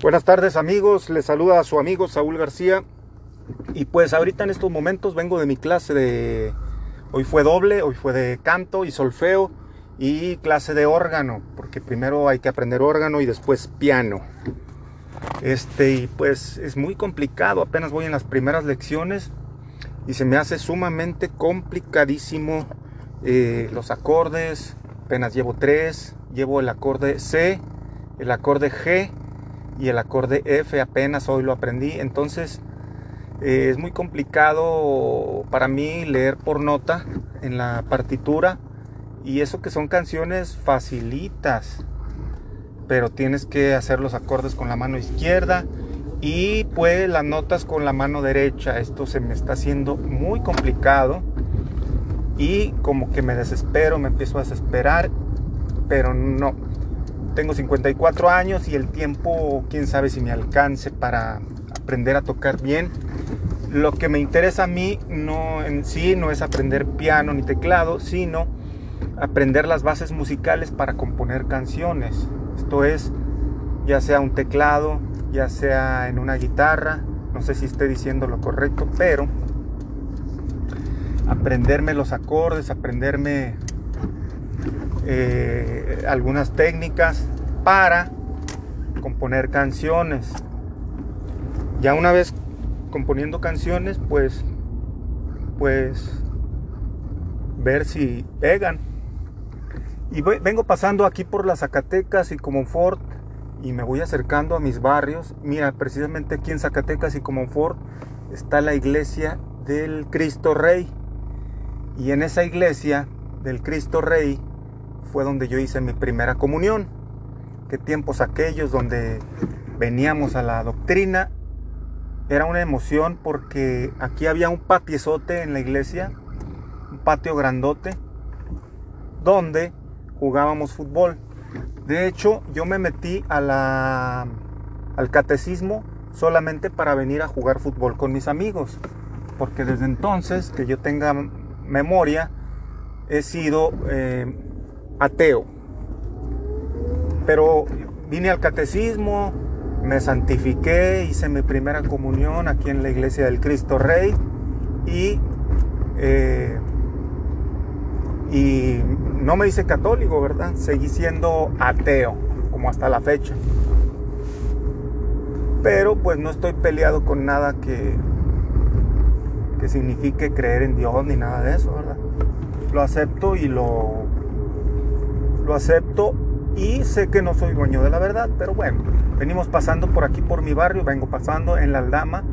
Buenas tardes amigos, les saluda a su amigo Saúl García. Y pues ahorita en estos momentos vengo de mi clase de... Hoy fue doble, hoy fue de canto y solfeo y clase de órgano, porque primero hay que aprender órgano y después piano. Y pues es muy complicado, apenas voy en las primeras lecciones y se me hace sumamente complicadísimo los acordes. Apenas llevo 3, llevo el acorde C, el acorde G y el acorde F, apenas hoy lo aprendí. Entonces es muy complicado para mí leer por nota en la partitura, y eso que son canciones facilitas, pero tienes que hacer los acordes con la mano izquierda y pues las notas con la mano derecha. Esto se me está haciendo muy complicado y como que me desespero, me empiezo a desesperar, pero no. Tengo 54 años y el tiempo, quién sabe si me alcance para aprender a tocar bien. Lo que me interesa a mí no en sí no es aprender piano ni teclado, sino aprender las bases musicales para componer canciones. Esto es, ya sea un teclado, ya sea en una guitarra, no sé si esté diciendo lo correcto, pero aprenderme los acordes, aprenderme algunas técnicas para componer canciones. Ya una vez componiendo canciones, pues ver si pegan. Y vengo pasando aquí por las Zacatecas y Comonfort y me voy acercando a mis barrios. Mira, precisamente aquí en Zacatecas y Comonfort está la iglesia del Cristo Rey, y en esa iglesia del Cristo Rey fue donde yo hice mi primera comunión. Qué tiempos aquellos donde veníamos a la doctrina. Era una emoción porque aquí había un patiozote en la iglesia, un patio grandote, donde jugábamos fútbol. De hecho, yo me metí al catecismo solamente para venir a jugar fútbol con mis amigos, porque desde entonces, que yo tenga memoria, he sido ateo. Pero vine al catecismo, me santifiqué, hice mi primera comunión aquí en la iglesia del Cristo Rey y no me hice católico, ¿verdad? Seguí siendo ateo, como hasta la fecha. Pero pues no estoy peleado con nada que signifique creer en Dios ni nada de eso, ¿verdad? Lo acepto y lo acepto, y sé que no soy dueño de la verdad, pero bueno, venimos pasando por aquí por mi barrio, vengo pasando en la Aldama,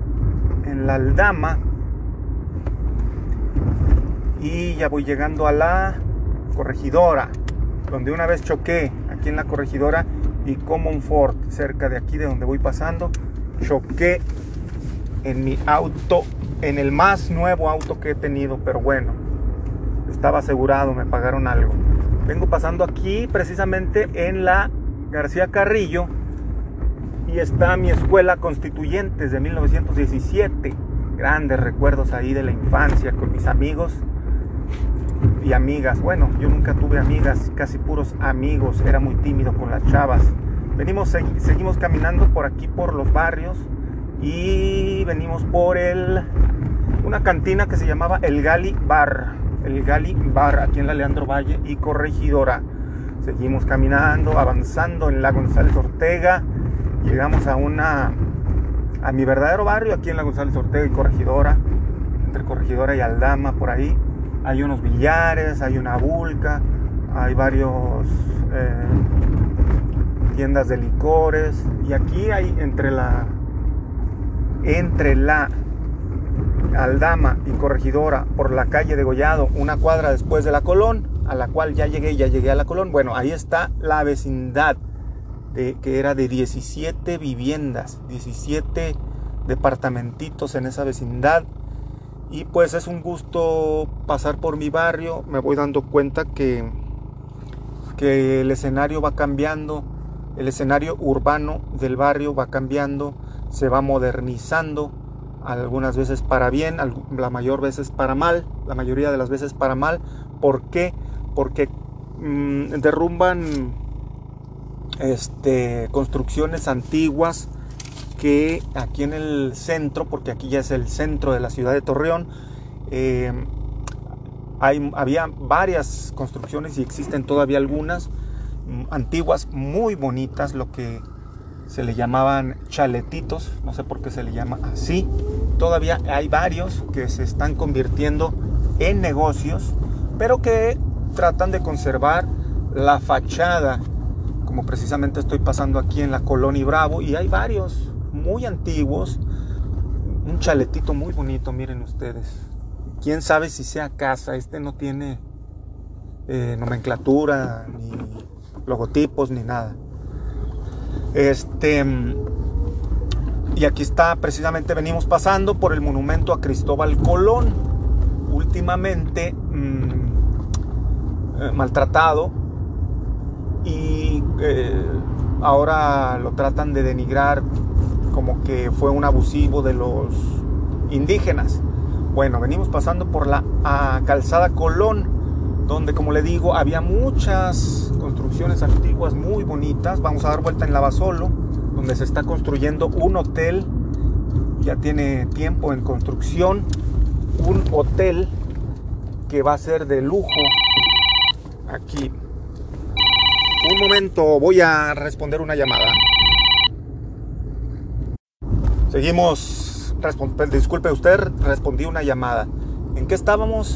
y ya voy llegando a la Corregidora, donde una vez choqué aquí en la Corregidora y Comonfort, cerca de aquí de donde voy pasando, choqué en mi auto, en el más nuevo auto que he tenido, pero bueno, estaba asegurado, me pagaron algo. Vengo pasando aquí precisamente en la García Carrillo y está mi escuela Constituyentes de 1917. Grandes recuerdos ahí de la infancia con mis amigos y amigas. Bueno, yo nunca tuve amigas, casi puros amigos, era muy tímido con las chavas. Seguimos caminando por aquí por los barrios y venimos por una cantina que se llamaba El Gali Bar, aquí en la Leandro Valle y Corregidora. Seguimos caminando, avanzando en la González Ortega. Llegamos a mi verdadero barrio, aquí en la González Ortega y Corregidora, entre Corregidora y Aldama. Por ahí hay unos billares, hay una bulca, hay varios tiendas de licores, y aquí hay entre la Aldama y Corregidora, por la calle de Gollado, una cuadra después de la Colón, a la cual ya llegué a la Colón. Bueno, ahí está la vecindad que era de 17 viviendas, 17 departamentitos en esa vecindad. Y pues es un gusto pasar por mi barrio. Me voy dando cuenta que el escenario va cambiando, el escenario urbano del barrio va cambiando, se va modernizando, algunas veces para bien, la mayoría de las veces para mal. ¿Por qué? Porque derrumban construcciones antiguas que aquí en el centro, porque aquí ya es el centro de la ciudad de Torreón, había varias construcciones y existen todavía algunas antiguas muy bonitas, lo que se le llamaban chaletitos, no sé por qué se le llama así. Todavía hay varios que se están convirtiendo en negocios, pero que tratan de conservar la fachada, como precisamente estoy pasando aquí en la Colonia Bravo, y hay varios muy antiguos. Un chaletito muy bonito, miren ustedes. Quién sabe si sea casa. No tiene nomenclatura, ni logotipos, ni nada. Y aquí está, precisamente venimos pasando por el monumento a Cristóbal Colón, últimamente maltratado, y ahora lo tratan de denigrar como que fue un abusivo de los indígenas. Bueno, venimos pasando por la calzada Colón, donde, como le digo, había muchas construcciones antiguas muy bonitas. Vamos a dar vuelta en Lavasolo, donde se está construyendo un hotel. Ya tiene tiempo en construcción, un hotel que va a ser de lujo aquí. Un momento, voy a responder una llamada. Seguimos. Disculpe usted, respondí una llamada. ¿En qué estábamos?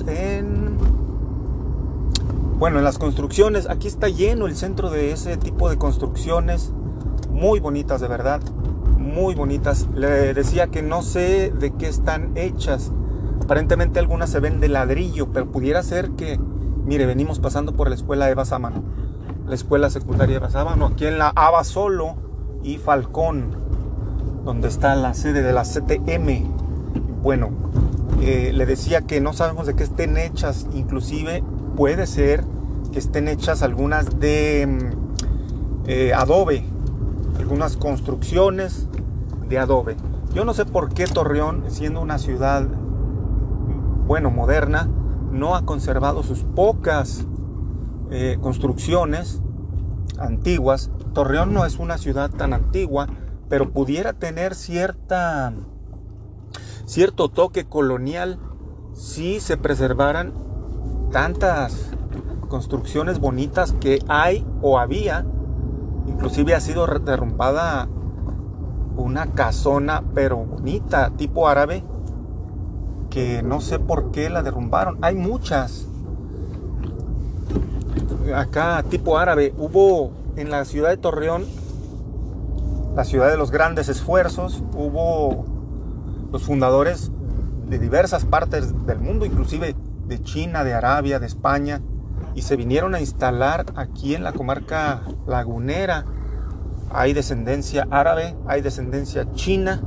Bueno, en las construcciones. Aquí está lleno el centro de ese tipo de construcciones. Muy bonitas, de verdad. Muy bonitas. Le decía que no sé de qué están hechas. Aparentemente algunas se ven de ladrillo, pero pudiera ser que... Mire, venimos pasando por la escuela Eva Sámano, la escuela secundaria Eva Sámano, aquí en la Abasolo y Falcón, donde está la sede de la CTM. Bueno, le decía que no sabemos de qué estén hechas. Inclusive puede ser que estén hechas algunas de adobe, algunas construcciones de adobe. Yo no sé por qué Torreón, siendo una ciudad, bueno, moderna, no ha conservado sus pocas construcciones antiguas. Torreón no es una ciudad tan antigua, pero pudiera tener cierto toque colonial si se preservaran tantas construcciones bonitas que hay o había. Inclusive ha sido derrumbada una casona, pero bonita, tipo árabe, que no sé por qué la derrumbaron. Hay muchas acá tipo árabe. Hubo en la ciudad de Torreón, la ciudad de los grandes esfuerzos, hubo los fundadores de diversas partes del mundo, inclusive de China, de Arabia, de España, y se vinieron a instalar aquí en la comarca lagunera. Hay descendencia árabe, hay descendencia china,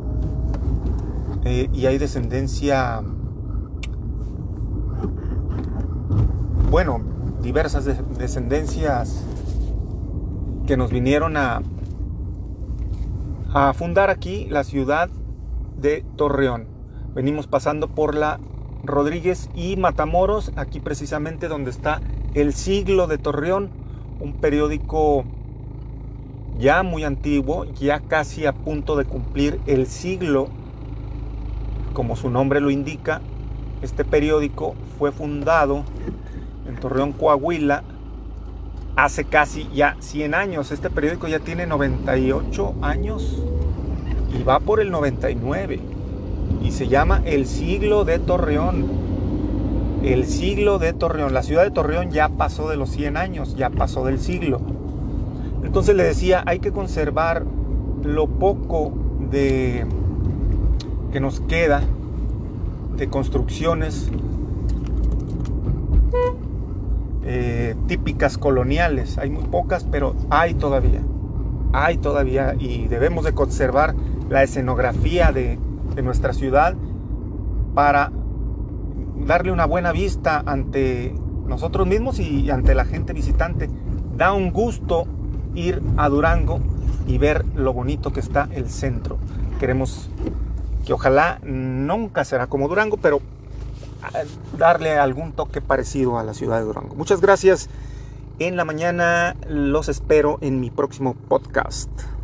y hay descendencia, bueno, diversas descendencias que nos vinieron a fundar aquí la ciudad de Torreón. Venimos pasando por la Rodríguez y Matamoros, aquí precisamente donde está El Siglo de Torreón, un periódico ya muy antiguo, ya casi a punto de cumplir el siglo, como su nombre lo indica. Este periódico fue fundado en Torreón, Coahuila, hace casi ya 100 años. Este periódico ya tiene 98 años y va por el 99, y se llama El Siglo de Torreón. El Siglo de Torreón. La ciudad de Torreón ya pasó de los 100 años, ya pasó del siglo. Entonces le decía, hay que conservar lo poco que nos queda de construcciones típicas coloniales. Hay muy pocas, pero hay todavía, y debemos de conservar la escenografía de nuestra ciudad para darle una buena vista ante nosotros mismos y ante la gente visitante. Da un gusto ir a Durango y ver lo bonito que está el centro. Queremos que ojalá nunca será como Durango, pero darle algún toque parecido a la ciudad de Durango. Muchas gracias en la mañana. Los espero en mi próximo podcast.